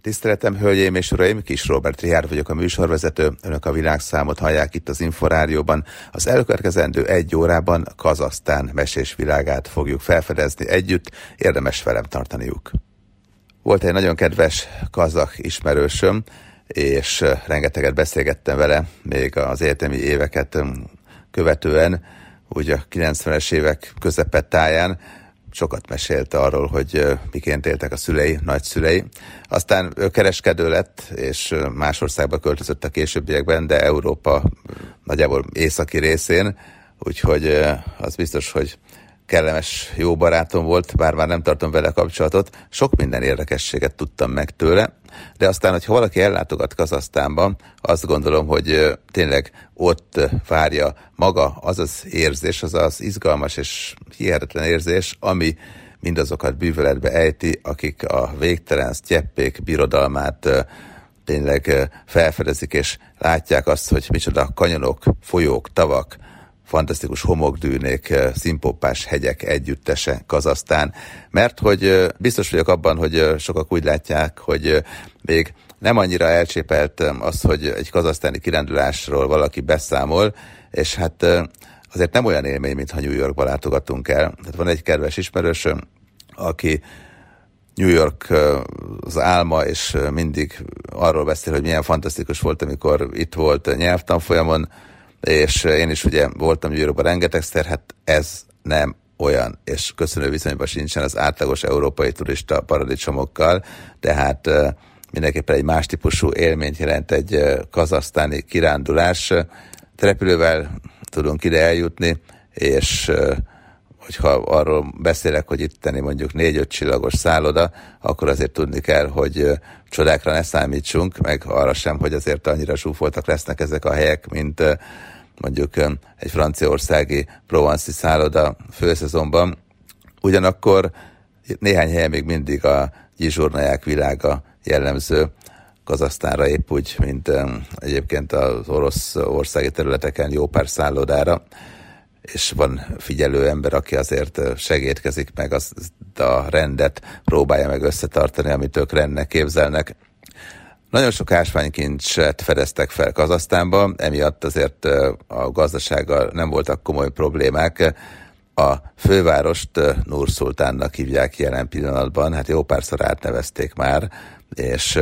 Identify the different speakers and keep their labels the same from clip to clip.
Speaker 1: Tiszteletem, hölgyeim és uraim, Kis Róbert Richárd vagyok, a műsorvezető. Önök a világszámot hallják itt az Inforádióban. Az elkövetkezendő 1 órában Kazahsztán mesés világát fogjuk felfedezni együtt, érdemes velem tartaniuk. Volt egy nagyon kedves kazah ismerősöm, és rengeteget beszélgettem vele, még az egyetemi éveket követően, úgy a 90-es évek közepetáján. Sokat mesélt arról, hogy miként éltek a szülei, nagyszülei. Aztán ő kereskedő lett, és más országba költözött a későbbiekben, de Európa nagyjából északi részén, úgyhogy az biztos, hogy kellemes, jó barátom volt, bár már nem tartom vele kapcsolatot. Sok minden érdekességet tudtam meg tőle, de aztán, hogyha valaki ellátogat Kazahsztánban, azt gondolom, hogy tényleg ott várja maga az az érzés, az az izgalmas és hihetetlen érzés, ami mindazokat bűvöletbe ejti, akik a végtelen sztyeppék birodalmát tényleg felfedezik, és látják azt, hogy micsoda kanyonok, folyók, tavak, fantasztikus homokdűnék, színpoppás hegyek együttese Kazahsztán, mert hogy biztos vagyok abban, hogy sokak úgy látják, hogy még nem annyira elcsépelt az, hogy egy kazahsztáni kirándulásról valaki beszámol, és hát azért nem olyan élmény, mintha New Yorkba látogatunk el. Tehát van egy kedves ismerősöm, aki New York az álma, és mindig arról beszél, hogy milyen fantasztikus volt, amikor itt volt nyelvtanfolyamon, és én is ugye voltam New Yorkban rengetegszer, hát ez nem olyan, és köszönő viszonyban sincsen az átlagos európai turista paradicsomokkal, tehát mindenképpen egy más típusú élményt jelent egy kazahsztáni kirándulás. Repülővel tudunk ide eljutni, és hogyha arról beszélek, hogy itteni mondjuk 4-5 csillagos szálloda, akkor azért tudni kell, hogy csodákra ne számítsunk, meg arra sem, hogy azért annyira zsúfoltak lesznek ezek a helyek, mint mondjuk egy franciaországi Provence-i szálloda főszezonban. Ugyanakkor néhány helyen még mindig a gyizsurnaják világa jellemző Kazahsztánra, épp úgy, mint egyébként az orosz országi területeken jó pár szállodára, és van figyelő ember, aki azért segítkezik, meg azt a rendet próbálja meg összetartani, amit ők rendnek képzelnek. Nagyon sok ásványkincset fedeztek fel Kazahsztánban, emiatt azért a gazdasággal nem voltak komoly problémák. A fővárost Nur-Szultánnak hívják jelen pillanatban, hát jó párszor átnevezték már, és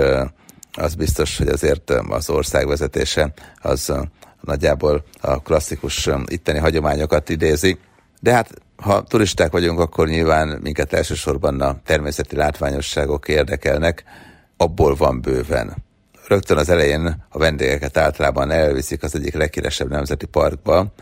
Speaker 1: az biztos, hogy azért az ország vezetése az nagyjából a klasszikus itteni hagyományokat idézi. De hát, ha turisták vagyunk, akkor nyilván minket elsősorban a természeti látványosságok érdekelnek, abból van bőven. Rögtön az elején a vendégeket általában elviszik az egyik leghíresebb nemzeti parkba,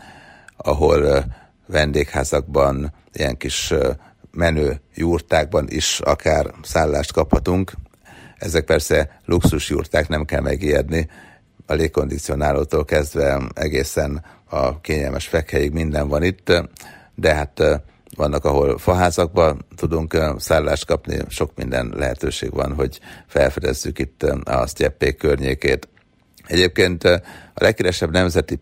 Speaker 1: ahol vendégházakban, ilyen kis menő jurtákban is akár szállást kaphatunk. Ezek persze luxus jurták, nem kell megijedni. A légkondicionálótól kezdve egészen a kényelmes fekhelyig minden van itt, de hát vannak, ahol faházakban tudunk szállást kapni, sok minden lehetőség van, hogy felfedezzük itt a sztyeppék környékét. Egyébként a leghíresebb nemzeti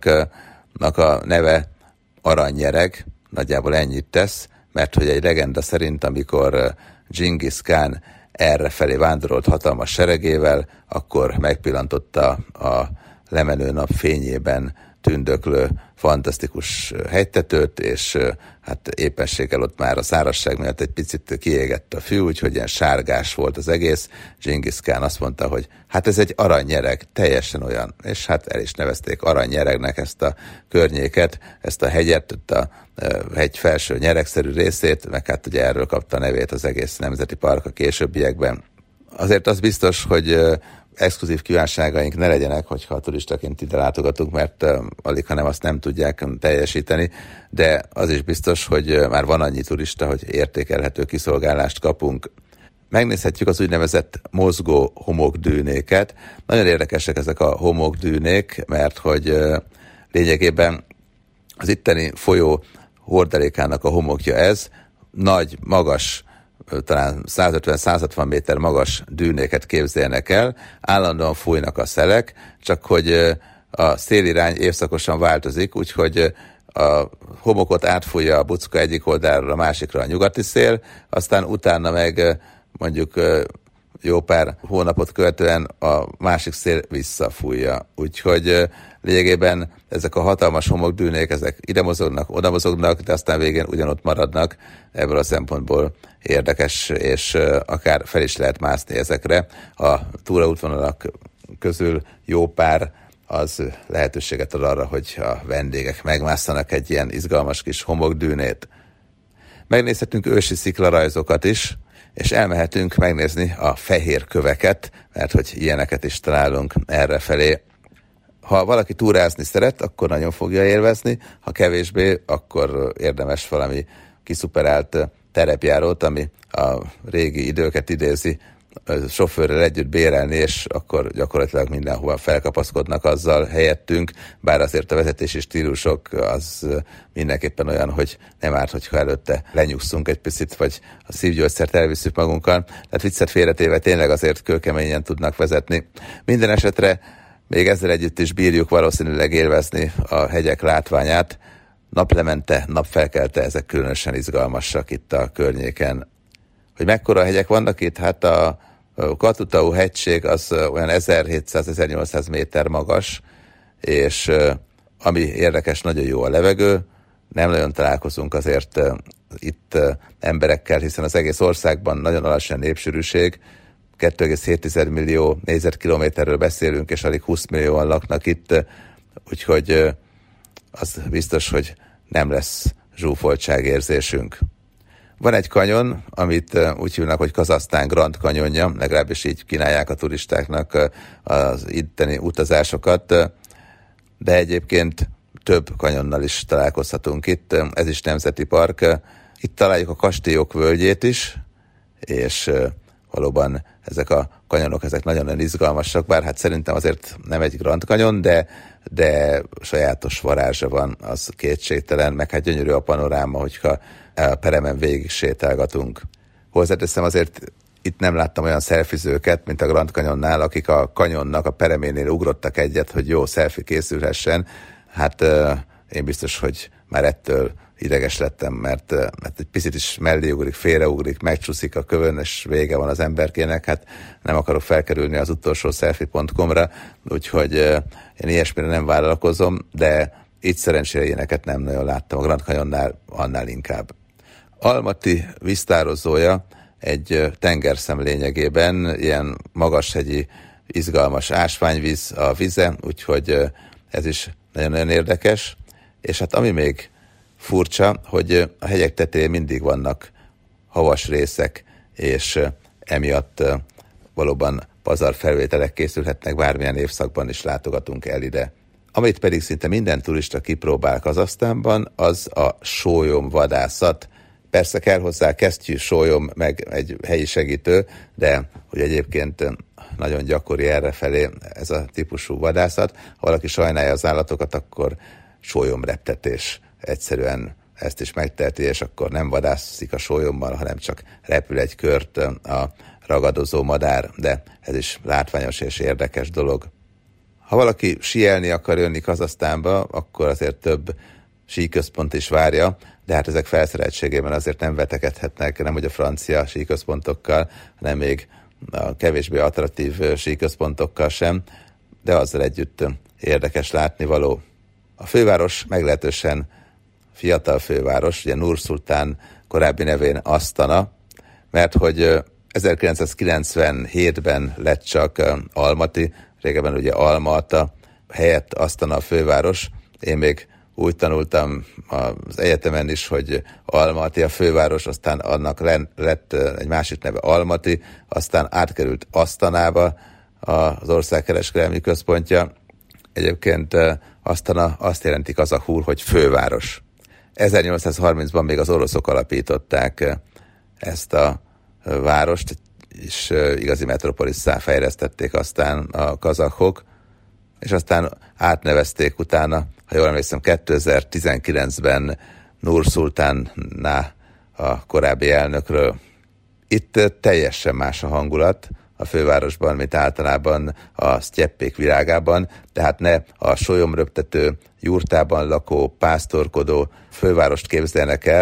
Speaker 1: parknak a neve Aranynyereg, nagyjából ennyit tesz, mert hogy egy legenda szerint, amikor Dzsingisz Kán errefelé vándorolt hatalmas seregével, akkor megpillantotta a lemenő nap fényében tündöklő fantasztikus hegytetőt, és hát éppenséggel ott már a szárazság miatt egy picit kiégett a fű, úgyhogy ilyen sárgás volt az egész. Dzsingisz Kán azt mondta, hogy hát ez egy aranynyereg, teljesen olyan, és hát el is nevezték aranynyeregnek ezt a környéket, ezt a hegyet, a hegy felső nyeregszerű részét, meg hát ugye erről kapta a nevét az egész nemzeti park a későbbiekben. Azért az biztos, hogy exkluzív kívánságaink ne legyenek, hogyha a turistaként ide látogatunk, mert alig, hanem azt nem tudják teljesíteni, de az is biztos, hogy már van annyi turista, hogy értékelhető kiszolgálást kapunk. Megnézhetjük az úgynevezett mozgó homokdűnéket. Nagyon érdekesek ezek a homokdűnék, mert hogy lényegében az itteni folyó hordalékának a homokja ez, nagy, magas, talán 150-160 méter magas dűnéket képzeljenek el, állandóan fújnak a szelek, csak hogy a szélirány évszakosan változik, úgyhogy a homokot átfújja a bucka egyik oldalra a másikra a nyugati szél, aztán utána meg mondjuk jó pár hónapot követően a másik szél visszafújja. Úgyhogy lényegében ezek a hatalmas homokdűnék, ezek ide mozognak, oda mozognak, de aztán végén ugyanott maradnak. Ebből a szempontból érdekes, és akár fel is lehet mászni ezekre. A túraútvonalak közül jó pár az lehetőséget ad arra, hogy a vendégek megmásszanak egy ilyen izgalmas kis homokdűnét. Megnézhetünk ősi sziklarajzokat is, és elmehetünk megnézni a fehér köveket, mert hogy ilyeneket is találunk errefelé. Ha valaki túrázni szeret, akkor nagyon fogja élvezni, ha kevésbé, akkor érdemes valami kiszuperált terepjárót, ami a régi időket idézi, sofőrrel együtt bérelni, és akkor gyakorlatilag mindenhova felkapaszkodnak azzal helyettünk, bár azért a vezetési stílusok az mindenképpen olyan, hogy nem árt, hogyha előtte lenyugszunk egy picit, vagy a szívgyógyszert elviszük magunkkal. Tehát viccet félretéve tényleg azért kőkeményen tudnak vezetni. Minden esetre még ezzel együtt is bírjuk valószínűleg élvezni a hegyek látványát. Naplemente, napfelkelte, ezek különösen izgalmasak itt a környéken. Hogy mekkora hegyek vannak itt? Hát a Katutau hegység az olyan 1700-1800 méter magas, és ami érdekes, nagyon jó a levegő, nem nagyon találkozunk azért itt emberekkel, hiszen az egész országban nagyon alacsony a népsűrűség, 2,7 millió négyzetkilométerről beszélünk, és alig 20 millióan laknak itt, úgyhogy az biztos, hogy nem lesz zsúfoltságérzésünk. Van egy kanyon, amit úgy hívnak, hogy Kazahsztán Grand Kanyonja, legalábbis így kínálják a turistáknak az itteni utazásokat, de egyébként több kanyonnal is találkozhatunk itt. Ez is nemzeti park. Itt találjuk a kastélyok völgyét is, és valóban ezek a kanyonok, ezek nagyon izgalmasak, bár hát szerintem azért nem egy Grand Canyon, de sajátos varázsa van, az kétségtelen, meg hát gyönyörű a panoráma, hogyha a peremen végig sétálgatunk. Hozzáteszem, azért itt nem láttam olyan szelfizőket, mint a Grand Canyonnál, akik a kanyonnak a pereménél ugrottak egyet, hogy jó szelfi készülhessen. Hát én biztos, hogy már ettől ideges lettem, mert egy picit is mellé ugrik, félreugrik, megcsúszik a kövön, és vége van az emberkének. Hát nem akarok felkerülni az utolsó selfie.com-ra, úgyhogy én ilyesmire nem vállalkozom, de itt szerencsére ilyeneket nem nagyon láttam. A Grand Canyonnál annál inkább. Almaty víztározója egy tengerszem lényegében, ilyen magashegyi, izgalmas ásványvíz a vize, úgyhogy ez is nagyon-nagyon érdekes. És hát ami még furcsa, hogy a hegyek tetején mindig vannak havas részek, és emiatt valóban pazarfelvételek készülhetnek, bármilyen évszakban is látogatunk el ide. Amit pedig szinte minden turista kipróbál Kazahsztánban, az a sólyomvadászat. Persze kell hozzá kesztyű, sólyom, meg egy helyi segítő, de hogy egyébként nagyon gyakori errefelé ez a típusú vadászat. Ha valaki sajnálja az állatokat, akkor sólyomreptetés. Egyszerűen ezt is megteheti, és akkor nem vadászik a sólyommal, hanem csak repül egy kört a ragadozó madár, de ez is látványos és érdekes dolog. Ha valaki síelni akar jönni Kazahsztánba, akkor azért több síközpont is várja, de hát ezek felszereltségében azért nem vetekedhetnek, nem hogy a francia síközpontokkal, hanem még a kevésbé attraktív síközpontokkal sem, de azzal együtt érdekes látnivaló. A főváros meglehetősen fiatal főváros, ugye Nur-Szultán korábbi nevén Asztana, mert hogy 1997-ben lett csak Almaty, régebben ugye Alma-Ata helyett Asztana a főváros. Én még úgy tanultam az egyetemen is, hogy Almaty a főváros, aztán annak lett egy másik neve Almaty, aztán átkerült Asztanába az ország kereskedelmi központja. Egyébként Asztana azt jelenti kazahul, hogy főváros. 1830-ban még az oroszok alapították ezt a várost, és igazi metropolisszá fejlesztették aztán a kazahok, és aztán átnevezték utána, ha jól emlékszem, 2019-ben Nur-Szultánná a korábbi elnökről. Itt teljesen más a hangulat a fővárosban, mint általában a sztyeppék világában, tehát ne a sólyomröptető, jurtában lakó, pásztorkodó fővárost képzelnek el,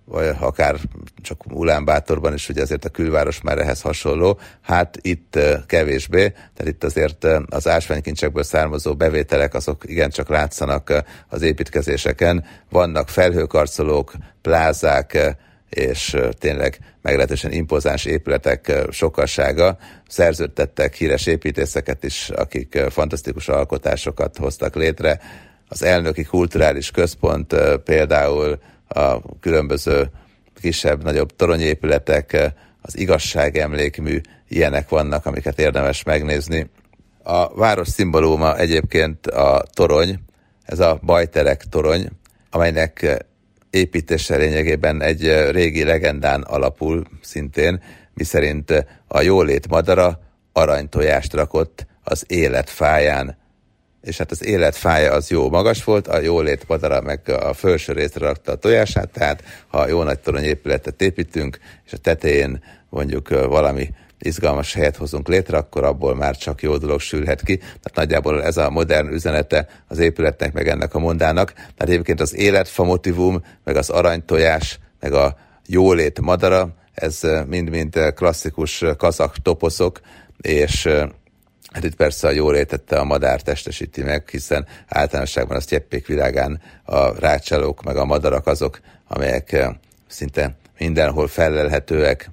Speaker 1: vagy akár csak Ulánbátorban is, ugye azért a külváros már ehhez hasonló, hát itt kevésbé, tehát itt azért az ásványkincsekből származó bevételek azok igencsak látszanak az építkezéseken, vannak felhőkarcolók, plázák, és tényleg meglehetősen impozáns épületek sokassága. Szerződtettek híres építészeket is, akik fantasztikus alkotásokat hoztak létre. Az Elnöki Kulturális Központ például, a különböző kisebb-nagyobb toronyépületek, az Igazságemlékmű, ilyenek vannak, amiket érdemes megnézni. A város szimbóluma egyébként a torony, ez a Bajterek torony, amelynek építése lényegében egy régi legendán alapul szintén, miszerint a jólét madara aranytojást rakott az élet fáján. És hát az élet fája az jó magas volt, a jólét madara meg a felső részre rakta a tojását, tehát ha jó nagy toronyépületet építünk, és a tetején mondjuk valami izgalmas helyet hozunk létre, akkor abból már csak jó dolog sülhet ki. Tehát nagyjából ez a modern üzenete az épületnek, meg ennek a mondának. Tehát egyébként az életfa motivum, meg az aranytojás, meg a jólét madara, ez mind-mind klasszikus kazakh toposzok, és hát itt persze a jólétet a madár testesíti meg, hiszen általánosságban a sztyeppék világán a rácsalók, meg a madarak azok, amelyek szinte mindenhol fellelhetőek.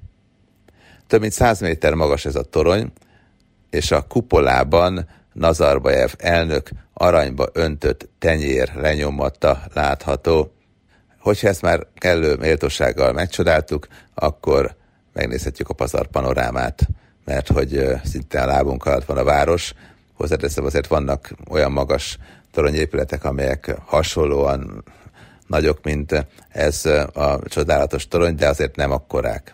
Speaker 1: Több mint 100 méter magas ez a torony, és a kupolában Nazarbajev elnök aranyba öntött tenyér lenyomata látható. Hogyha ezt már kellő méltósággal megcsodáltuk, akkor megnézhetjük a pazar panorámát, mert hogy szinte a lábunk alatt van a város. Hozzáteszem, azért vannak olyan magas toronyépületek, amelyek hasonlóan nagyok, mint ez a csodálatos torony, de azért nem akkorák.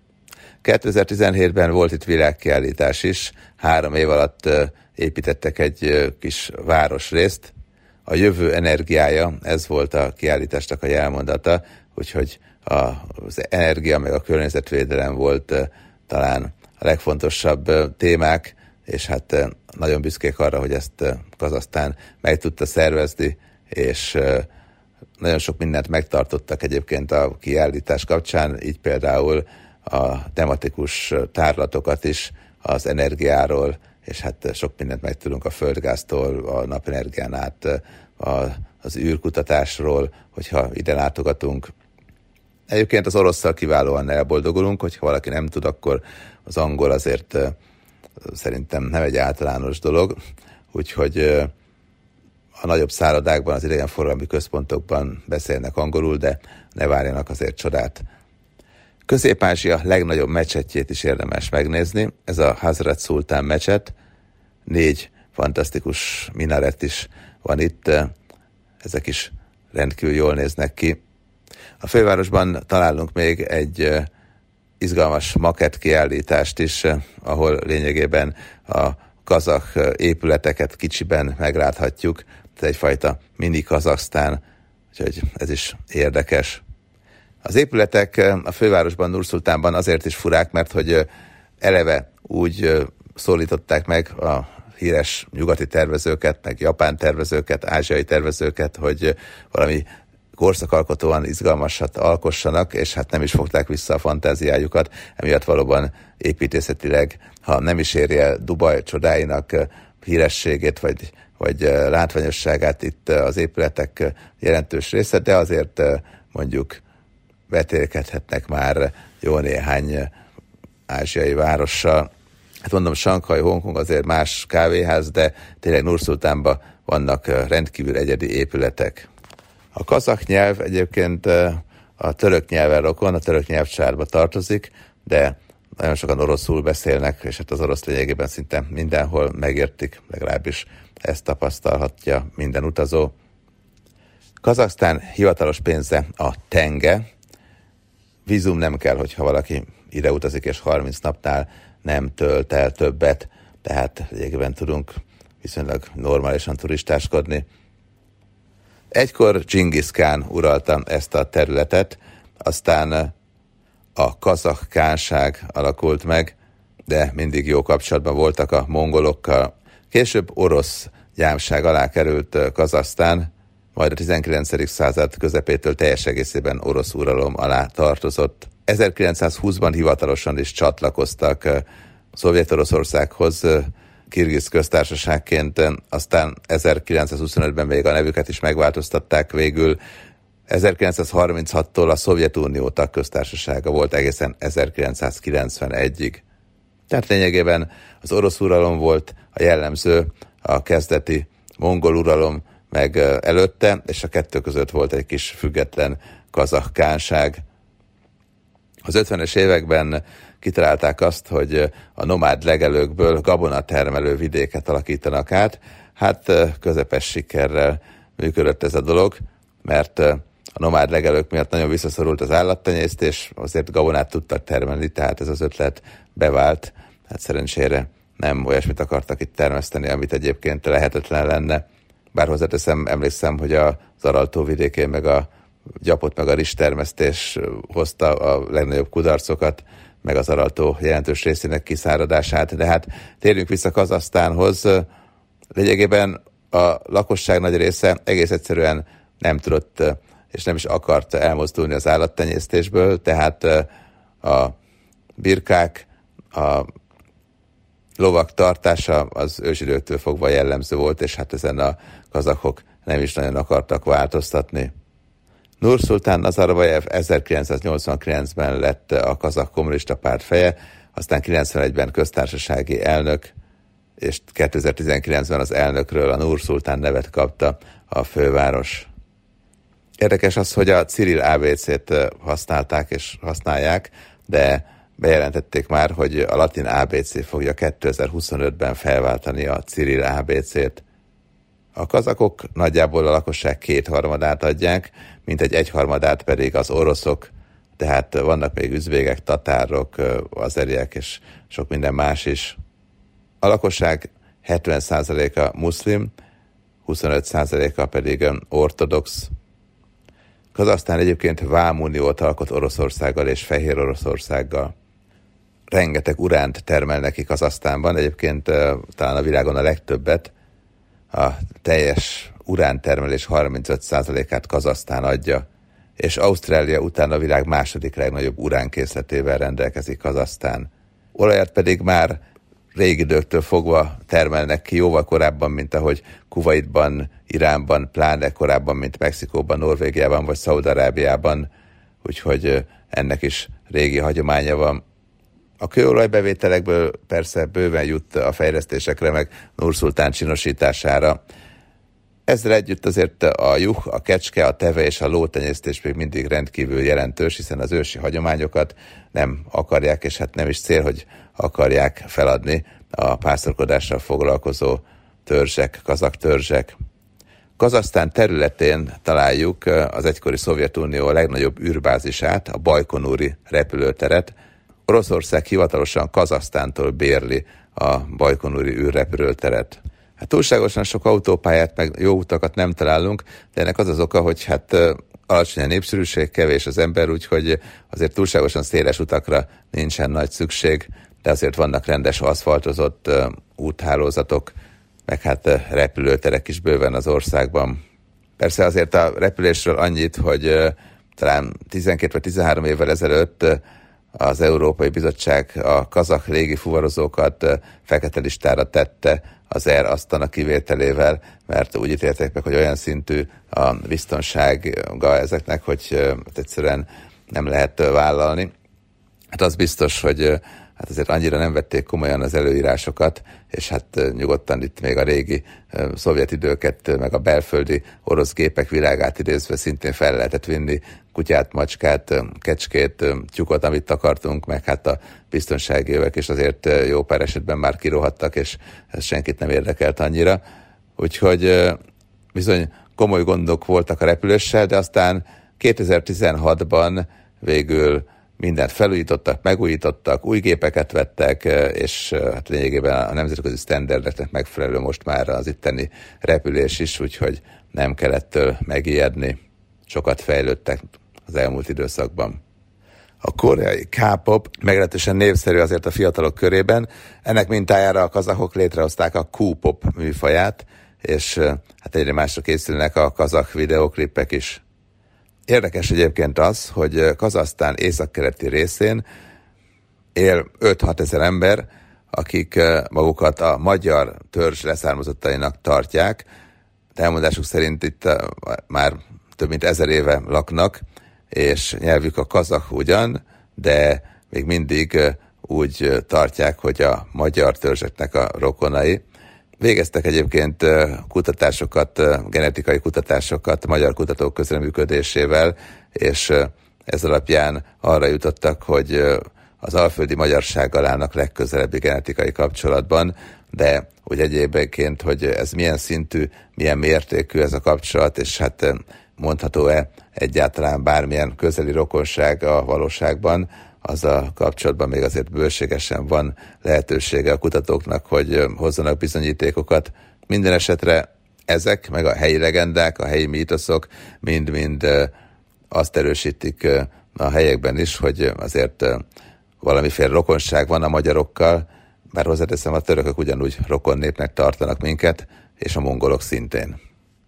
Speaker 1: 2017-ben volt itt világkiállítás is, 3 év alatt építettek egy kis városrészt. A jövő energiája, ez volt a kiállításnak a jelmondata, úgyhogy az energia meg a környezetvédelem volt talán a legfontosabb témák, és hát nagyon büszkék arra, hogy ezt Kazahsztán meg tudta szervezni, és nagyon sok mindent megtartottak egyébként a kiállítás kapcsán, így például a tematikus tárlatokat is az energiáról, és hát sok mindent megtudunk a földgáztól, a napenergián át, az űrkutatásról, hogyha ide látogatunk. Egyébként az orosszal kiválóan elboldogulunk, hogyha valaki nem tud, akkor az angol azért szerintem nem egy általános dolog, úgyhogy a nagyobb szállodákban, az idegenforgalmi központokban beszélnek angolul, de ne várjanak azért csodát. Közép-Ázsia legnagyobb mecsetjét is érdemes megnézni, ez a Hazrat Sultan mecset, 4 fantasztikus minaret is van itt, ezek is rendkívül jól néznek ki. A fővárosban találunk még egy izgalmas makett kiállítást is, ahol lényegében a kazakh épületeket kicsiben megláthatjuk, ez egyfajta mini Kazahsztán, úgyhogy ez is érdekes. Az épületek a fővárosban, Nur-Szultánban azért is furák, mert hogy eleve úgy szólították meg a híres nyugati tervezőket, meg japán tervezőket, ázsiai tervezőket, hogy valami korszakalkotóan izgalmasat alkossanak, és hát nem is fogták vissza a fantáziájukat, emiatt valóban építészetileg, ha nem is érje el Dubaj csodáinak hírességét, vagy látványosságát itt az épületek jelentős része, de azért mondjuk vetélkedhetnek már jó néhány ázsiai várossal. Hát mondom, Sanghaj, Hongkong azért más kávéház, de tényleg Nur-Szultánban vannak rendkívül egyedi épületek. A kazakh nyelv egyébként a török nyelven rokon, a török nyelvcsaládba tartozik, de nagyon sokan oroszul beszélnek, és hát az orosz lényegében szinte mindenhol megértik, legalábbis ezt tapasztalhatja minden utazó. Kazahsztán hivatalos pénze a tenge. Vízum nem kell, hogyha valaki ide utazik, és 30 napnál nem tölt el többet, tehát lényegében tudunk viszonylag normálisan turistáskodni. Egykor Dzsingisz Kán uralta ezt a területet, aztán a kazakh kánság alakult meg, de mindig jó kapcsolatban voltak a mongolokkal. Később orosz gyámság alá került Kazahsztán, majd a 19. század közepétől teljes egészében orosz uralom alá tartozott. 1920-ban hivatalosan is csatlakoztak Szovjet-Oroszországhoz Kirgiz köztársaságként, aztán 1925-ben még a nevüket is megváltoztatták végül. 1936-tól a Szovjetunió tagköztársasága volt egészen 1991-ig. Tehát lényegében az orosz uralom volt a jellemző, a kezdeti mongol uralom meg előtte, és a kettő között volt egy kis független kazah kánság. Az 50-es években kitalálták azt, hogy a nomád legelőkből gabonatermelő vidéket alakítanak át. Hát közepes sikerrel működött ez a dolog, mert a nomád legelők miatt nagyon visszaszorult az állattenyésztés, azért gabonát tudtak termelni, tehát ez az ötlet bevált. Hát szerencsére nem olyasmit akartak itt termeszteni, amit egyébként lehetetlen lenne. Bár hozzáteszem, emlékszem, hogy az Araltó vidékén meg a gyapot meg a rizstermesztés hozta a legnagyobb kudarcokat, meg az Araltó jelentős részének kiszáradását. De hát térjünk vissza Kazahsztánhoz. Lényegében a lakosság nagy része egész egyszerűen nem tudott és nem is akart elmozdulni az állattenyésztésből, tehát a birkák, a lovak tartása az ősidőktől fogva jellemző volt, és hát ezen a kazahok nem is nagyon akartak változtatni. Nurszultán Nazarbayev 1989-ben lett a kazah kommunista párt feje, aztán 91-ben köztársasági elnök, és 2019-ben az elnökről a Nurszultán nevet kapta a főváros. Érdekes az, hogy a Cirill ABC-t használták és használják, de bejelentették már, hogy a latin ABC fogja 2025-ben felváltani a Cirill ABC-t. A kazakok nagyjából a lakosság 2/3 adják, mintegy 1/3 pedig az oroszok, tehát vannak még üzbégek, tatárok, azeriek és sok minden más is. A lakosság 70%-a muszlim, 25%-a pedig ortodox. Kazahsztán egyébként vámuniót alkot Oroszországgal és Fehér Oroszországgal. Rengeteg uránt termelnek ki Kazahsztánban, egyébként talán a világon a legtöbbet. A teljes urántermelés 35%-át Kazahsztán adja, és Ausztrália után a világ második legnagyobb uránkészletével rendelkezik Kazahsztán. Olajat pedig már régi időktől fogva termelnek ki, jóval korábban, mint ahogy Kuwaitban, Iránban, pláne korábban, mint Mexikóban, Norvégiában vagy Szaúd-Arábiában, úgyhogy ennek is régi hagyománya van. A kőolajbevételekből persze bőven jut a fejlesztésekre, meg Nurszultán csinosítására. Ezzel együtt azért a juh, a kecske, a teve és a lótenyésztés még mindig rendkívül jelentős, hiszen az ősi hagyományokat nem akarják, és hát nem is cél, hogy akarják feladni a pásztorkodással foglalkozó törzsek, kazak törzsek. Kazahsztán területén találjuk az egykori Szovjetunió legnagyobb űrbázisát, a Bajkonuri repülőteret. Oroszország hivatalosan Kazahsztántól bérli a Bajkonuri űrrepülőteret. Hát túlságosan sok autópályát, meg jó utakat nem találunk, de ennek az az oka, hogy hát alacsony a népsűrűség, kevés az ember, úgyhogy azért túlságosan széles utakra nincsen nagy szükség, de azért vannak rendes aszfaltozott úthálózatok, meg hát repülőterek is bőven az országban. Persze azért a repülésről annyit, hogy talán 12 vagy 13 évvel ezelőtt az Európai Bizottság a kazah légifuvarozókat fekete listára tette az Air Astana kivételével, mert úgy ítélték meg, hogy olyan szintű a biztonsága ezeknek, hogy egyszerűen nem lehet vállalni. Hát az biztos, hogy hát azért annyira nem vették komolyan az előírásokat, és hát nyugodtan itt még a régi szovjet időket, meg a belföldi orosz gépek világát idézve szintén fel lehetett vinni kutyát, macskát, kecskét, tyúkot, amit akartunk, meg hát a biztonsági övek is azért jó pár esetben már kirohadtak, és ez senkit nem érdekelt annyira. Úgyhogy bizony komoly gondok voltak a repüléssel, de aztán 2016-ban végül mindent felújítottak, megújítottak, új gépeket vettek, és hát lényegében a nemzetközi sztenderdeknek megfelelő most már az itteni repülés is, úgyhogy nem kellett megijedni. Sokat fejlődtek az elmúlt időszakban. A koreai K-pop meglehetősen népszerű azért a fiatalok körében. Ennek mintájára a kazahok létrehozták a Q-pop műfaját. és hát egyre másra készülnek a kazakh videóklipek is. Érdekes egyébként az, hogy Kazahsztán északkeleti részén él 5-6 ezer ember, akik magukat a magyar törzs leszármazottainak tartják, de elmondásuk szerint itt már több mint 1000 éve laknak, és nyelvük a kazakh ugyan, de még mindig úgy tartják, hogy a magyar törzseknek a rokonai. Végeztek egyébként kutatásokat, genetikai kutatásokat magyar kutatók közreműködésével, és ez alapján arra jutottak, hogy az alföldi magyarsággal állnak legközelebbi genetikai kapcsolatban, de úgy egyébként, hogy ez milyen szintű, milyen mértékű ez a kapcsolat, és hát mondható-e egyáltalán bármilyen közeli rokonság a valóságban, az a kapcsolatban még azért bőségesen van lehetősége a kutatóknak, hogy hozzanak bizonyítékokat. Minden esetre ezek, meg a helyi legendák, a helyi mítoszok mind-mind azt erősítik a helyekben is, hogy azért valamiféle rokonság van a magyarokkal, bár hozzáteszem, a törökök ugyanúgy rokon népnek tartanak minket, és a mongolok szintén.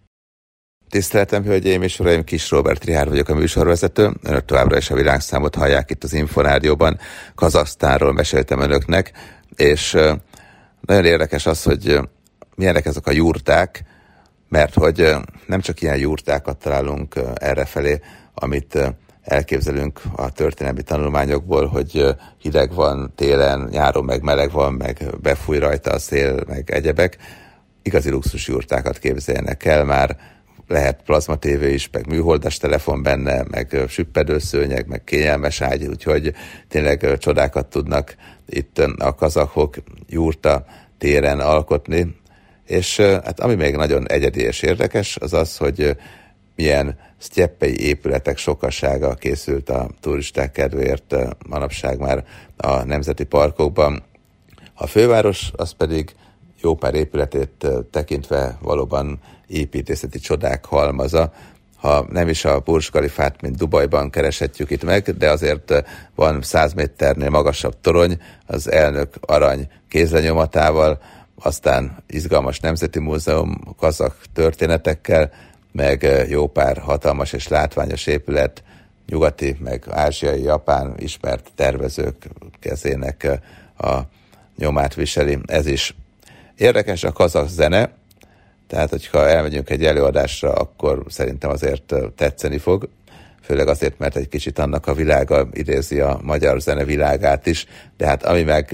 Speaker 1: Tiszteltem, hölgyeim és uraim, Kis Róbert Richárd vagyok, a műsorvezető. Önök továbbra is a világszámot hallják itt az Inforádióban. Kazahsztánról meséltem önöknek, és nagyon érdekes az, hogy milyenek ezek a jurták, mert hogy nem csak ilyen jurtákat találunk errefelé, amit elképzelünk a történelmi tanulmányokból, hogy hideg van télen, nyáron meg meleg van, meg befúj rajta a szél, meg egyebek. Igazi luxus jurtákat képzeljenek el már, lehet plazmatévé is, meg műholdas telefon benne, meg süppedőszőnyeg, meg kényelmes ágy, úgyhogy tényleg csodákat tudnak itt a kazakhok jurta téren alkotni. És hát ami még nagyon egyedi és érdekes, az az, hogy milyen sztyeppei épületek sokasága készült a turisták kedvéért manapság már a nemzeti parkokban. A főváros az pedig jó pár épületét tekintve valóban építészeti csodák halmaza. Ha nem is a Burj Khalifát, mint Dubajban kereshetjük itt meg, de azért van 100 méternél magasabb torony, az elnök arany kézlenyomatával, aztán izgalmas nemzeti múzeum kazakh történetekkel, meg jó pár hatalmas és látványos épület, nyugati, meg ázsiai, japán ismert tervezők kezének a nyomát viseli. Ez is érdekes a kazakh zene, tehát hogyha elmegyünk egy előadásra, akkor szerintem azért tetszeni fog, főleg azért, mert egy kicsit annak a világa idézi a magyar zene világát is, de hát ami meg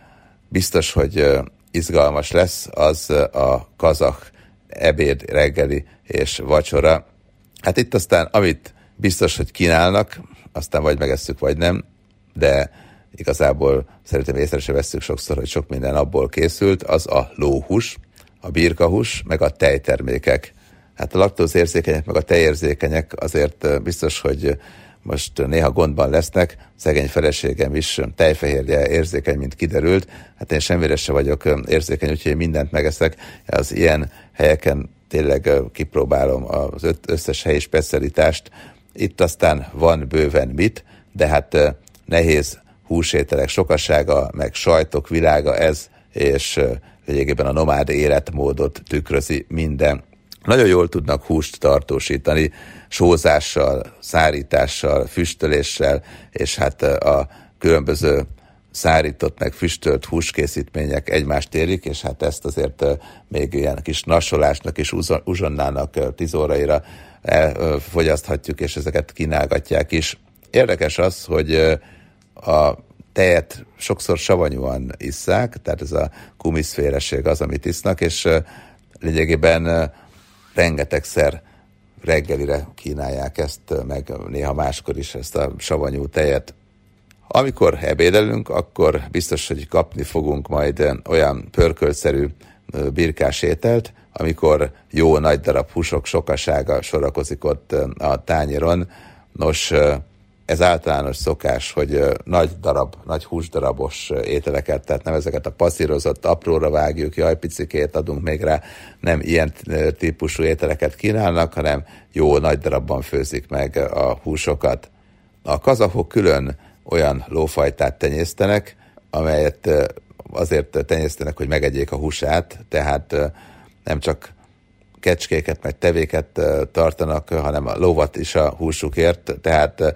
Speaker 1: biztos, hogy izgalmas lesz, az a kazakh ebéd, reggeli és vacsora. Hát itt aztán, amit biztos, hogy kínálnak, aztán vagy megesszük, vagy nem, de igazából szerintem észre se vesszük sokszor, hogy sok minden abból készült, az a lóhús, a birkahús, meg a tejtermékek. Hát a laktózérzékenyek, meg a tejérzékenyek azért biztos, hogy most néha gondban lesznek. Szegény feleségem is tejfehérje érzékeny, mint kiderült. Hát én semmire se vagyok érzékeny, úgyhogy mindent megeszek. Az ilyen helyeken tényleg kipróbálom az összes helyi specialitást. Itt aztán van bőven mit, de hát nehéz húsételek sokasága, meg sajtok világa ez, és lényegében a nomád életmódot tükrözi minden. Nagyon jól tudnak húst tartósítani, sózással, szárítással, füstöléssel, és hát a különböző szárított, meg füstölt húskészítmények egymást érik, és hát ezt azért még ilyen kis nasolásnak és uzsonnának 10 óraira fogyaszthatjuk, és ezeket kínálgatják is. Érdekes az, hogy a tejet sokszor savanyúan isszák, tehát ez a kumiszféleség az, amit isznak, és lényegében rengetegszer reggelire kínálják ezt, meg néha máskor is ezt a savanyú tejet. Amikor ebédelünk, akkor biztos, hogy kapni fogunk majd olyan pörköltszerű birkás ételt, amikor jó nagy darab húsok sokasága sorakozik ott a tányéron. Nos, ez általános szokás, hogy nagy húsdarabos ételeket, tehát nem ezeket a passzírozott, apróra vágjuk, jaj, picikét adunk még rá, nem ilyen típusú ételeket kínálnak, hanem jó nagy darabban főzik meg a húsokat. A kazakhok külön olyan lófajtát tenyésztenek, amelyet azért tenyésztenek, hogy megegyék a húsát, tehát nem csak kecskéket, meg tevéket tartanak, hanem a lovat is a húsukért, tehát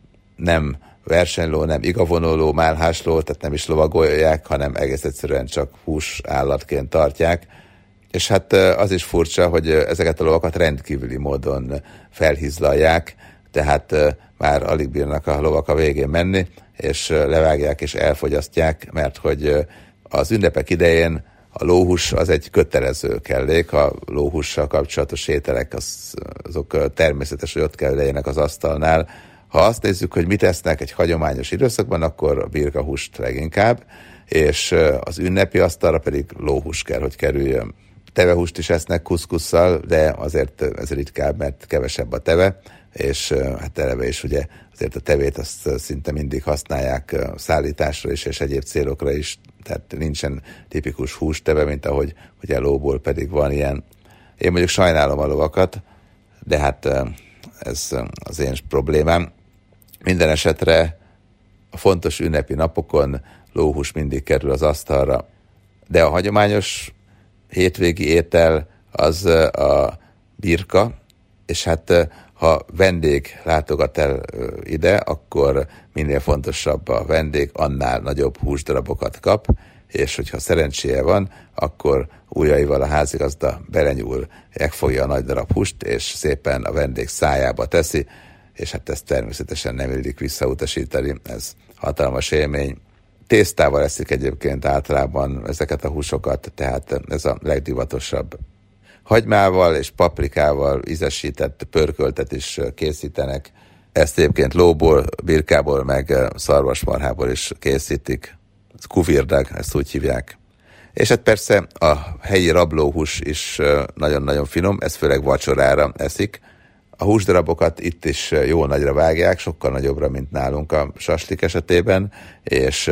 Speaker 1: nem versenyló, nem igavonoló, málhásló, tehát nem is lovagolják, hanem egész egyszerűen csak húsállatként tartják. És hát az is furcsa, hogy ezeket a lovakat rendkívüli módon felhizlalják, tehát már alig bírnak a lovak a végén menni, és levágják és elfogyasztják, mert hogy az ünnepek idején a lóhús az egy kötelező kellék, a lóhússal kapcsolatos ételek azok természetes, hogy ott kell legyenek az asztalnál. Ha azt nézzük, hogy mit esznek egy hagyományos időszakban, akkor a birkahúst leginkább, és az ünnepi asztalra pedig lóhús kell, hogy kerüljön. Tevehúst is esznek kuszkusszal, de azért ez ritkább, mert kevesebb a teve, és hát eleve is ugye azért a tevét azt szinte mindig használják szállításra is, és egyéb célokra is, tehát nincsen tipikus hústeve, mint ahogy ugye lóból pedig van ilyen. Én mondjuk sajnálom a lovakat, de hát ez az én problémám. Minden esetre a fontos ünnepi napokon lóhús mindig kerül az asztalra, de a hagyományos hétvégi étel az a birka, és hát ha vendég látogat el ide, akkor minél fontosabb a vendég, annál nagyobb húsdarabokat kap, és hogyha szerencséje van, akkor ujjaival a házigazda belenyúl, megfogja a nagy darab húst, és szépen a vendég szájába teszi, és hát ezt természetesen nem illik visszautasítani, ez hatalmas élmény. Tésztával eszik egyébként általában ezeket a húsokat, tehát ez a legdivatosabb. Hagymával és paprikával ízesített pörköltet is készítenek. Ezt egyébként lóból, birkából, meg szarvasmarhából is készítik. Ez kuvirdag, ezt úgy hívják. És hát persze a helyi rablóhús is nagyon-nagyon finom, ez főleg vacsorára eszik. A húsdarabokat itt is jó nagyra vágják, sokkal nagyobbra, mint nálunk a saslik esetében, és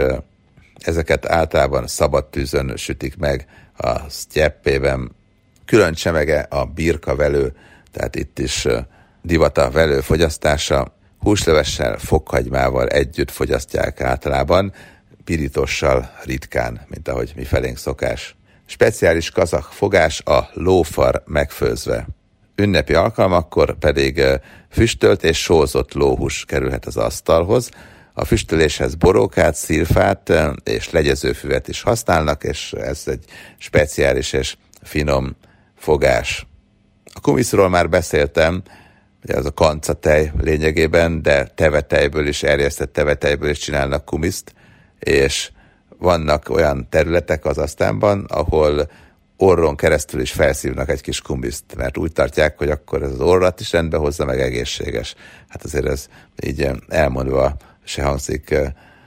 Speaker 1: ezeket általában szabad tűzön sütik meg a sztyeppében. Külön csemege a birkavelő, tehát itt is divat a velő fogyasztása. Húslevessel, fokhagymával együtt fogyasztják általában, pirítossal ritkán, mint ahogy mi felénk szokás. Speciális kazakh fogás a lófar megfőzve. Ünnepi alkalmakkor pedig füstölt és sózott lóhús kerülhet az asztalhoz. A füstöléshez borókát, szilfát és legyezőfüvet is használnak, és ez egy speciális és finom fogás. A kumiszról már beszéltem, ugye az a kancatej lényegében, de tevetejből is, erjesztett tevetejből is csinálnak kumiszt, és vannak olyan területek az asztánban, ahol orron keresztül is felszívnak egy kis kumiszt, mert úgy tartják, hogy akkor ez az orrat is rendbe hozza, meg egészséges. Hát azért ez így elmondva se hangzik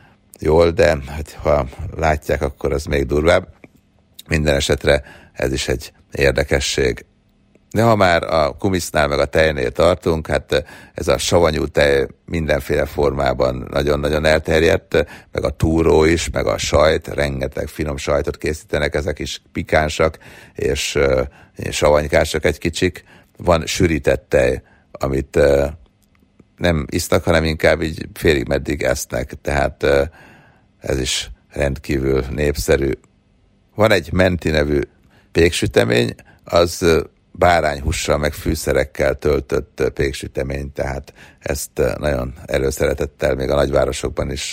Speaker 1: jól, de ha látják, akkor az még durvább. Minden esetre ez is egy érdekesség. De ha már a kumisznál meg a tejnél tartunk, hát ez a savanyú tej mindenféle formában nagyon-nagyon elterjedt, meg a túró is, meg a sajt, rengeteg finom sajtot készítenek, ezek is pikánsak, és savanykásak egy kicsik. Van sűrített tej, amit nem isznak, hanem inkább így félig meddig esznek, tehát ez is rendkívül népszerű. Van egy menti nevű péksütemény, az bárányhússal meg fűszerekkel töltött péksütemény, tehát ezt nagyon előszeretettel még a nagyvárosokban is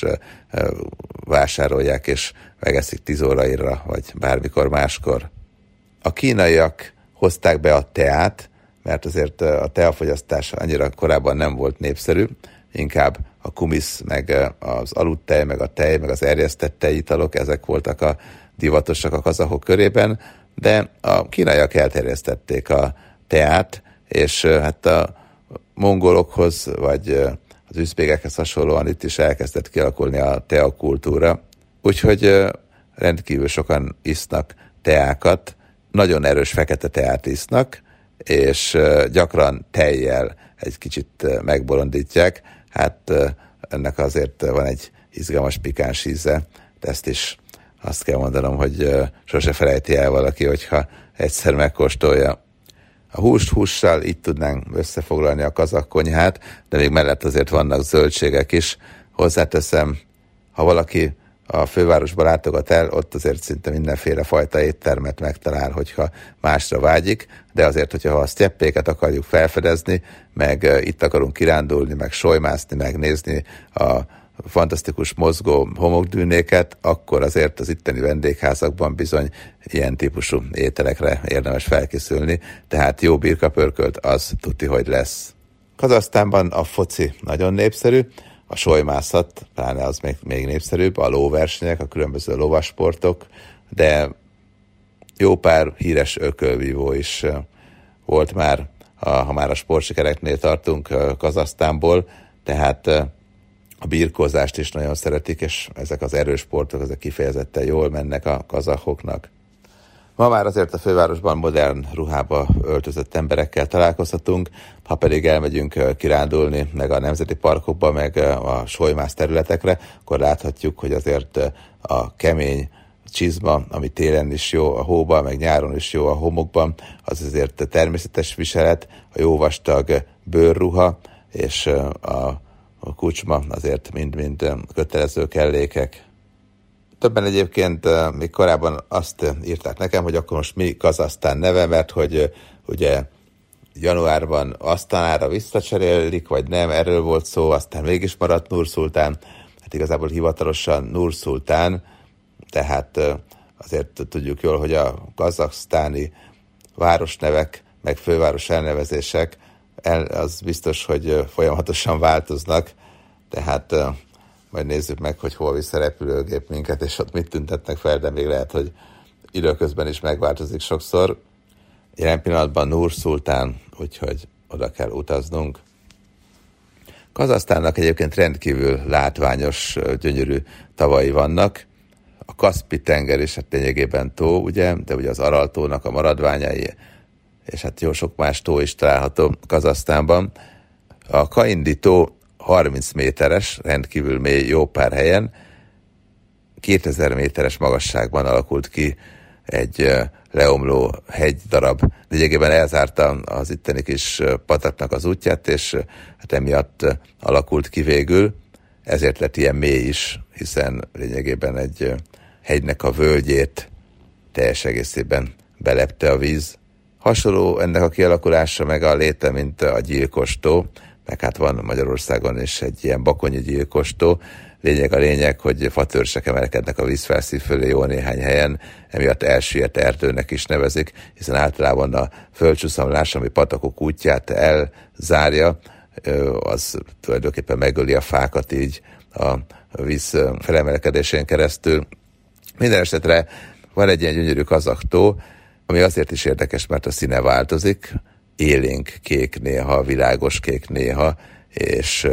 Speaker 1: vásárolják, és megeszik 10 óraira, vagy bármikor máskor. A kínaiak hozták be a teát, mert azért a teafogyasztás annyira korábban nem volt népszerű, inkább a kumisz, meg az aludtej, meg a tej, meg az erjesztett tejitalok, ezek voltak a divatosak a kazahok körében, de a kínaiak elterjesztették a teát, és hát a mongolokhoz, vagy az üzbégekhez hasonlóan itt is elkezdett kialakulni a teakultúra, úgyhogy rendkívül sokan isznak teákat, nagyon erős fekete teát isznak, és gyakran tejjel egy kicsit megbolondítják. Hát ennek azért van egy izgalmas pikáns íze, de ezt is azt kell mondanom, hogy sose felejti el valaki, hogyha egyszer megkóstolja. A hússal így tudnánk összefoglalni a kazakh konyhát, de még mellett azért vannak zöldségek is. Hozzáteszem, ha valaki a fővárosba látogat el, ott azért szinte mindenféle fajta éttermet megtalál, hogyha másra vágyik, de azért, hogyha a sztyeppéket akarjuk felfedezni, meg itt akarunk kirándulni, meg solymászni, megnézni a fantasztikus mozgó homokdűnéket, akkor azért az itteni vendégházakban bizony ilyen típusú ételekre érdemes felkészülni, tehát jó birkapörkölt az tuti, hogy lesz. Kazahsztánban a foci nagyon népszerű, a solymászat, pláne az még népszerűbb, a lóversenyek, a különböző lovasportok, de jó pár híres ökölvívó is volt már, ha már a sportsikereknél tartunk Kazahsztánból, tehát a birkózást is nagyon szeretik, és ezek az erős sportok, ezek kifejezetten jól mennek a kazahoknak. Ma már azért a fővárosban modern ruhába öltözött emberekkel találkozhatunk, ha pedig elmegyünk kirándulni, meg a nemzeti parkokba, meg a solymász területekre, akkor láthatjuk, hogy azért a kemény csizma, ami télen is jó a hóban, meg nyáron is jó a homokban, az azért természetes viselet, a jó vastag bőrruha, és a kucsma azért mind-mind kötelező kellékek. Többen egyébként még korábban azt írták nekem, hogy akkor most mi Kazahsztán neve, mert hogy ugye januárban Asztanára visszacserélik, vagy nem, erről volt szó, aztán mégis maradt Nur-Szultán, hát igazából hivatalosan Nur-Szultán, tehát azért tudjuk jól, hogy a kazahsztáni városnevek, meg főváros elnevezések, az biztos, hogy folyamatosan változnak, tehát majd nézzük meg, hogy hol visz a repülőgép minket, és ott mit tüntetnek fel, de még lehet, hogy időközben is megváltozik sokszor. Jelen pillanatban Nur-Szultán, úgyhogy oda kell utaznunk. Kazahsztánnak egyébként rendkívül látványos, gyönyörű tavai vannak. A Kaszpi-tenger is hát lényegében tó, ugye, de ugye az Aral-tónak a maradványai, és hát jó sok más tó is található Kazahsztánban. A Kaindi tó 30 méteres, rendkívül mély, jó pár helyen, 2000 méteres magasságban alakult ki egy leomló hegydarab. Lényegében elzárta az itteni kis pataknak az útját, és hát emiatt alakult ki végül. Ezért lett ilyen mély is, hiszen lényegében egy hegynek a völgyét teljes egészében belepte a víz. Hasonló ennek a kialakulása meg a léte, mint a Gyilkos-tó, meg hát van Magyarországon is egy ilyen bakonyi Gyilkos-tó. A lényeg, hogy fatörzsek emelkednek a vízfelszín fölé jó néhány helyen, emiatt elsüllyedt erdőnek is nevezik, hiszen általában a földcsúszamlás, ami patakok útját elzárja, az tulajdonképpen megöli a fákat így a víz felemelkedésén keresztül. Minden esetre van egy ilyen gyönyörű kazah tó, ami azért is érdekes, mert a színe változik, élénk kék néha, világos kék néha, és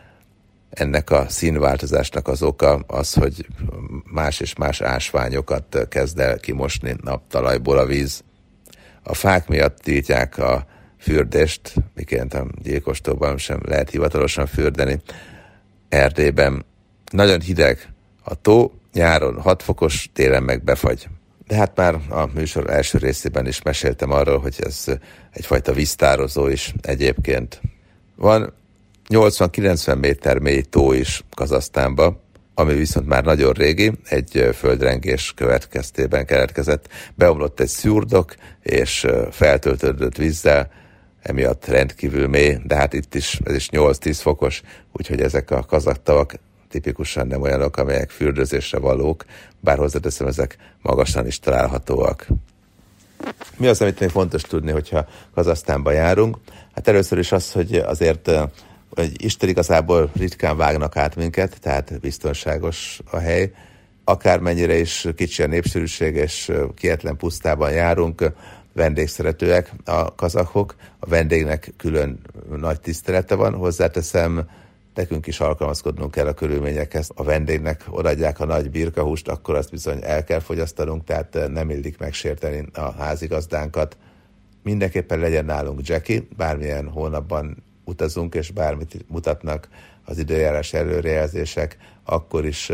Speaker 1: ennek a színváltozásnak az oka az, hogy más és más ásványokat kezd el kimosni naptalajból a víz. A fák miatt tiltják a fürdést, miként a Gyilkos-tóban sem lehet hivatalosan fürdeni. Erdélyben nagyon hideg a tó, nyáron 6 fokos, télen meg befagy. De hát már a műsor első részében is meséltem arról, hogy ez egyfajta víztározó is egyébként. Van 80-90 méter mély tó is Kazahsztánban, ami viszont már nagyon régi, egy földrengés következtében keletkezett. Beomlott egy szurdok, és feltöltődött vízzel, emiatt rendkívül mély, de hát itt is, ez is 8-10 fokos, úgyhogy ezek a kazah tavak tipikusan nem olyanok, amelyek fürdőzésre valók, bár hozzáteszem, ezek magasan is találhatóak. Mi az, amit még fontos tudni, hogyha Kazahsztánba járunk? Hát először is az, hogy azért hogy Isten igazából ritkán vágnak át minket, tehát biztonságos a hely. Akármennyire is kicsi a népsűrűség, és kietlen pusztában járunk, vendégszeretőek a kazahok. A vendégnek külön nagy tisztelete van, hozzáteszem, nekünk is alkalmazkodnunk kell a körülményekhez. A vendégnek odaadják a nagy birkahúst, akkor azt bizony el kell fogyasztanunk, tehát nem illik megsérteni a házigazdánkat. Mindenképpen legyen nálunk Jackie, bármilyen hónapban utazunk, és bármit mutatnak az időjárás előrejelzések, akkor is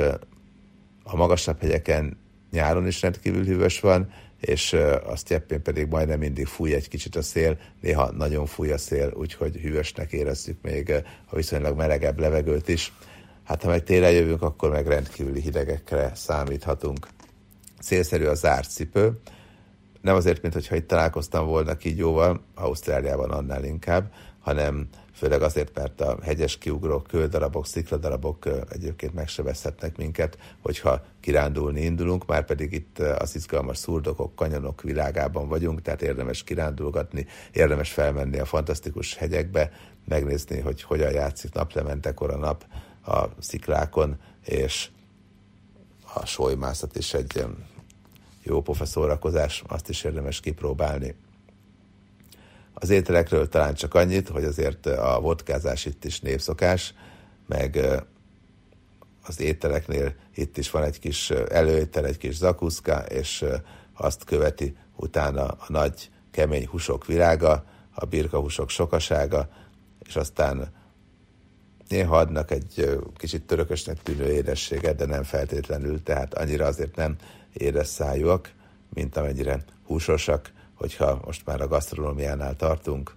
Speaker 1: a magasabb hegyeken nyáron is rendkívül hűvös van, és a sztyeppén pedig majdnem mindig fúj egy kicsit a szél, néha nagyon fúj a szél, úgyhogy hűvösnek érezzük még a viszonylag melegebb levegőt is. Hát ha meg télen jövünk, akkor meg rendkívüli hidegekre számíthatunk. Célszerű a zárt cipő, nem azért, mintha itt találkoztam volna kígyóval, Ausztráliában annál inkább, hanem főleg azért, mert a hegyes kiugrók, kődarabok, szikladarabok egyébként megsebezhetnek minket, hogyha kirándulni indulunk, már pedig itt az izgalmas szurdokok, kanyonok világában vagyunk, tehát érdemes kirándulgatni, érdemes felmenni a fantasztikus hegyekbe, megnézni, hogy hogyan játszik naplementekor a nap a sziklákon, és a sólymászat is egy jó pofa szórakozás, azt is érdemes kipróbálni. Az ételekről talán csak annyit, hogy azért a vodkázás itt is népszokás, meg az ételeknél itt is van egy kis előétel, egy kis zakuszka, és azt követi utána a nagy, kemény húsok világa, a birkahúsok sokasága, és aztán néha adnak egy kicsit törökösnek tűnő édességet, de nem feltétlenül, tehát annyira azért nem édes szájúak, mint amennyire húsosak, hogyha most már a gasztronómiánál tartunk.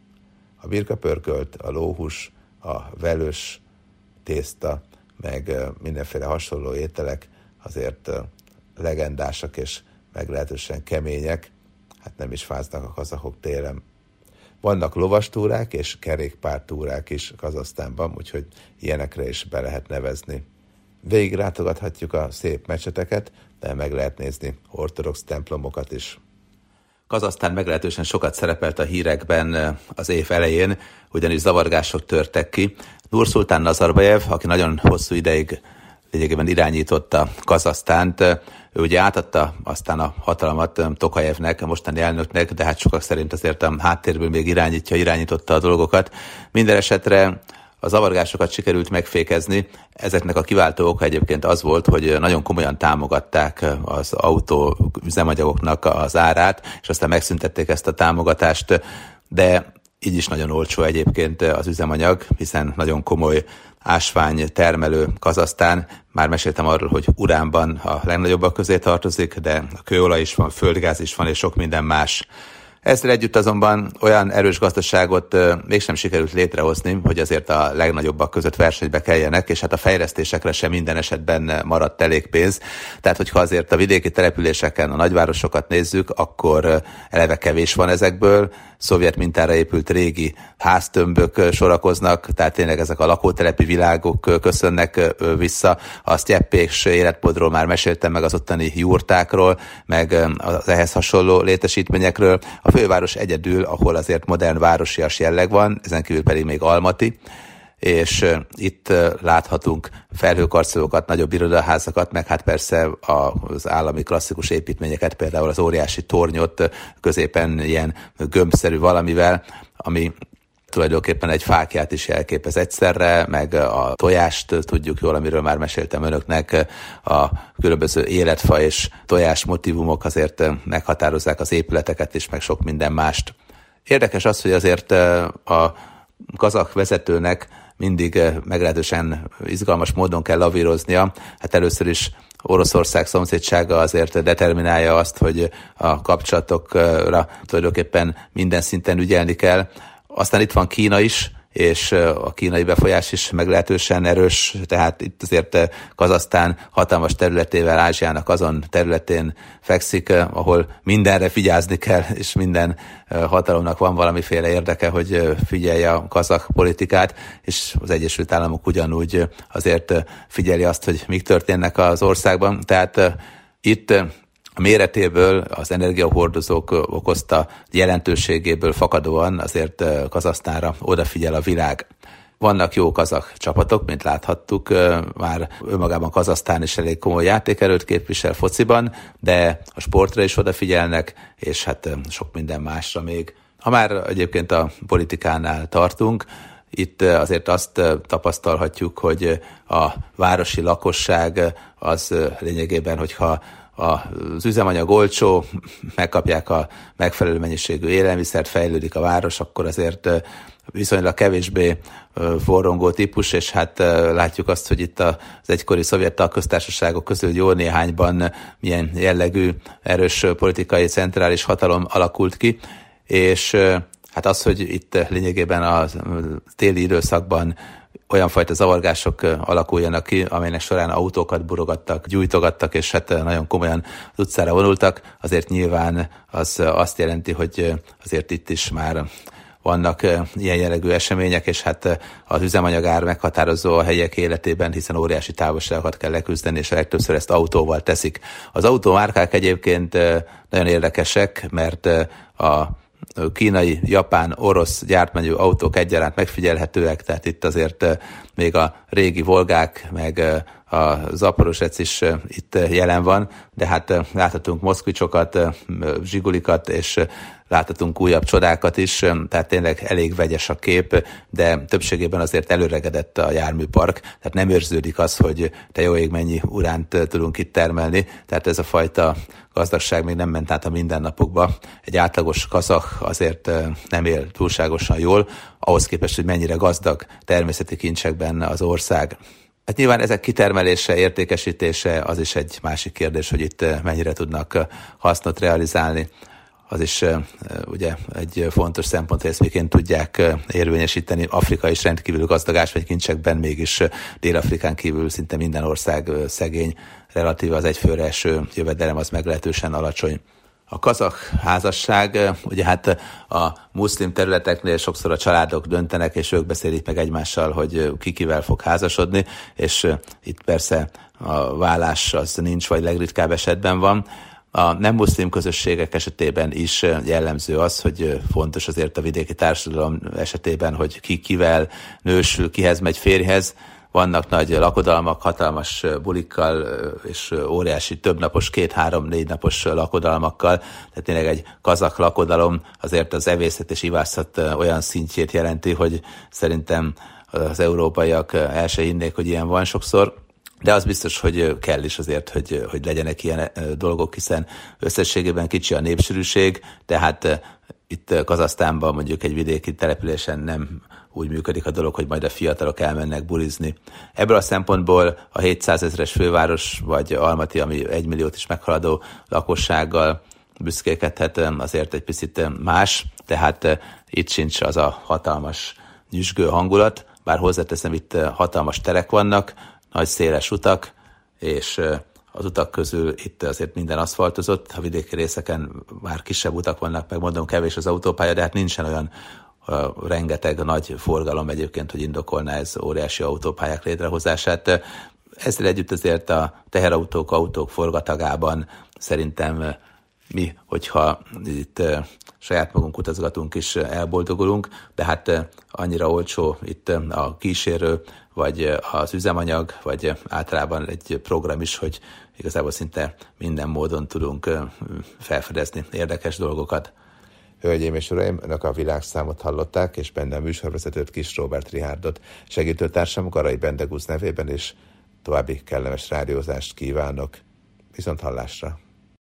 Speaker 1: A birkapörkölt, a lóhús, a velős tészta, meg mindenféle hasonló ételek azért legendásak és meglehetősen kemények, hát nem is fáznak a kazahok télen. Vannak lovastúrák és kerékpártúrák is Kazahsztánban, úgyhogy ilyenekre is be lehet nevezni. Végig látogathatjuk a szép mecseteket, de meg lehet nézni ortodox templomokat is. Kazahsztán meglehetősen sokat szerepelt a hírekben az év elején, ugyanis zavargások törtek ki. Nurszultán Nazarbayev, aki nagyon hosszú ideig lényegében irányította Kazahsztánt, ő ugye átadta aztán a hatalmat Tokajevnek, a mostani elnöknek, de hát sokak szerint azért a háttérből még irányította a dolgokat. Minden esetre a zavargásokat sikerült megfékezni. Ezeknek a kiváltó oka egyébként az volt, hogy nagyon komolyan támogatták az autó üzemanyagoknak az árát, és aztán megszüntették ezt a támogatást, de így is nagyon olcsó egyébként az üzemanyag, hiszen nagyon komoly ásvány termelő Kazahsztán. Már meséltem arról, hogy uránban a legnagyobbak közé tartozik, de a kőolaj is van, földgáz is van, és sok minden más. Ezzel együtt azonban olyan erős gazdaságot mégsem sikerült létrehozni, hogy azért a legnagyobbak között versenybe keljenek, és hát a fejlesztésekre sem minden esetben maradt elég pénz. Tehát, hogyha azért a vidéki településeken a nagyvárosokat nézzük, akkor eleve kevés van ezekből, szovjet mintára épült régi háztömbök sorakoznak, tehát tényleg ezek a lakótelepi világok köszönnek vissza. A sztyeppés életmódról már meséltem, meg az ottani jurtákról, meg az ehhez hasonló létesítményekről. A főváros egyedül, ahol azért modern városias jelleg van, ezen kívül pedig még Almaty, és itt láthatunk felhőkarcolókat, nagyobb irodaházakat, meg hát persze az állami klasszikus építményeket, például az óriási tornyot középen ilyen gömbszerű valamivel, ami tulajdonképpen egy fákját is jelképez egyszerre, meg a tojást tudjuk jól, amiről már meséltem önöknek, a különböző életfa és tojás motívumok azért meghatározzák az épületeket is, meg sok minden mást. Érdekes az, hogy azért a kazah vezetőnek mindig meglehetősen izgalmas módon kell lavíroznia. Hát először is Oroszország szomszédsága azért determinálja azt, hogy a kapcsolatokra tulajdonképpen minden szinten ügyelni kell. Aztán itt van Kína is, és a kínai befolyás is meglehetősen erős, tehát itt azért Kazahsztán hatalmas területével Ázsiának azon területén fekszik, ahol mindenre figyelni kell, és minden hatalomnak van valamiféle érdeke, hogy figyelje a kazah politikát, és az Egyesült Államok ugyanúgy azért figyeli azt, hogy mik történnek az országban. Tehát itt a méretéből, az energiahordozók okozta jelentőségéből fakadóan azért Kazahsztánra odafigyel a világ. Vannak jó kazah csapatok, mint láthattuk, már önmagában Kazahsztán is elég komoly játékerőt képvisel fociban, de a sportra is odafigyelnek, és hát sok minden másra még. Ha már egyébként a politikánál tartunk, itt azért azt tapasztalhatjuk, hogy a városi lakosság az lényegében, hogyha az üzemanyag olcsó, megkapják a megfelelő mennyiségű élelmiszert, fejlődik a város, akkor azért viszonylag kevésbé forrongó típus, és hát látjuk azt, hogy itt az egykori szovjet tagköztársaságok közül jó néhányban milyen jellegű erős politikai centrális hatalom alakult ki, és hát az, hogy itt lényegében a téli időszakban olyan fajta zavargások alakuljanak ki, amelynek során autókat burogattak, gyújtogattak, és hát nagyon komolyan az utcára vonultak, azért nyilván az azt jelenti, hogy azért itt is már vannak ilyen jellegű események, és hát az üzemanyagár meghatározó a helyiek életében, hiszen óriási távolságokat kell leküzdeni, és a legtöbbször ezt autóval teszik. Az autómárkák egyébként nagyon érdekesek, mert a kínai, japán, orosz gyártmányú autók egyaránt megfigyelhetőek, tehát itt azért még a régi Volgák, meg a Zaporozsec is itt jelen van, de hát láthatunk moszkvicsokat, zsigulikat, és láthatunk újabb csodákat is, tehát tényleg elég vegyes a kép, de többségében azért előregedett a járműpark, tehát nem érződik az, hogy te jó ég mennyi uránt tudunk itt termelni, tehát ez a fajta gazdagság még nem ment át a mindennapokba. Egy átlagos kazah azért nem él túlságosan jól, ahhoz képest, hogy mennyire gazdag természeti kincsekben az ország. Hát nyilván ezek kitermelése, értékesítése az is egy másik kérdés, hogy itt mennyire tudnak hasznot realizálni. Az is ugye egy fontos szempont, hogy ezt miként tudják érvényesíteni. Afrika is rendkívül gazdag ásványkincsekben, mégis Dél-Afrikán kívül szinte minden ország szegény, relatíve az egyfőre eső jövedelem az meglehetősen alacsony. A kazah házasság, ugye hát a muszlim területeknél sokszor a családok döntenek, és ők beszélik meg egymással, hogy ki kivel fog házasodni, és itt persze a vállás az nincs, vagy legritkább esetben van. A nem muszlim közösségek esetében is jellemző az, hogy fontos azért a vidéki társadalom esetében, hogy ki kivel nősül, kihez megy férjhez. Vannak nagy lakodalmak, hatalmas bulikkal és óriási többnapos, 2-3-4 napos lakodalmakkal. Tehát tényleg egy kazak lakodalom azért az evészet és ivászat olyan szintjét jelenti, hogy szerintem az európaiak el se hinnék, hogy ilyen van sokszor. De az biztos, hogy kell is azért, hogy legyenek ilyen dolgok, hiszen összességében kicsi a népsűrűség, tehát itt Kazahsztánban mondjuk egy vidéki településen nem úgy működik a dolog, hogy majd a fiatalok elmennek bulizni. Ebből a szempontból a 700 000-es főváros, vagy Almaty, ami 1 milliót is meghaladó lakossággal büszkélkedhet, azért egy picit más, tehát itt sincs az a hatalmas nyüzsgő hangulat, bár hozzáteszem, itt hatalmas terek vannak, nagy széles utak, és az utak közül itt azért minden aszfaltozott, a vidéki részeken már kisebb utak vannak, megmondom, kevés az autópálya, de hát nincsen olyan rengeteg nagy forgalom egyébként, hogy indokolná ez óriási autópályák létrehozását. Ezzel együtt azért a teherautók, autók forgatagában szerintem mi, hogyha itt saját magunk utazgatunk is, elboldogulunk, de hát annyira olcsó itt a kísérő, vagy az üzemanyag, vagy általában egy program is, hogy igazából szinte minden módon tudunk felfedezni érdekes dolgokat.
Speaker 2: Hölgyeim és uraim, önök a Világszámot hallották, és benne a műsorvezetőt, Kis Róbert Richárdot, segítőtársam Garai Bendegúz nevében, és további kellemes rádiózást kívánok. Viszont hallásra!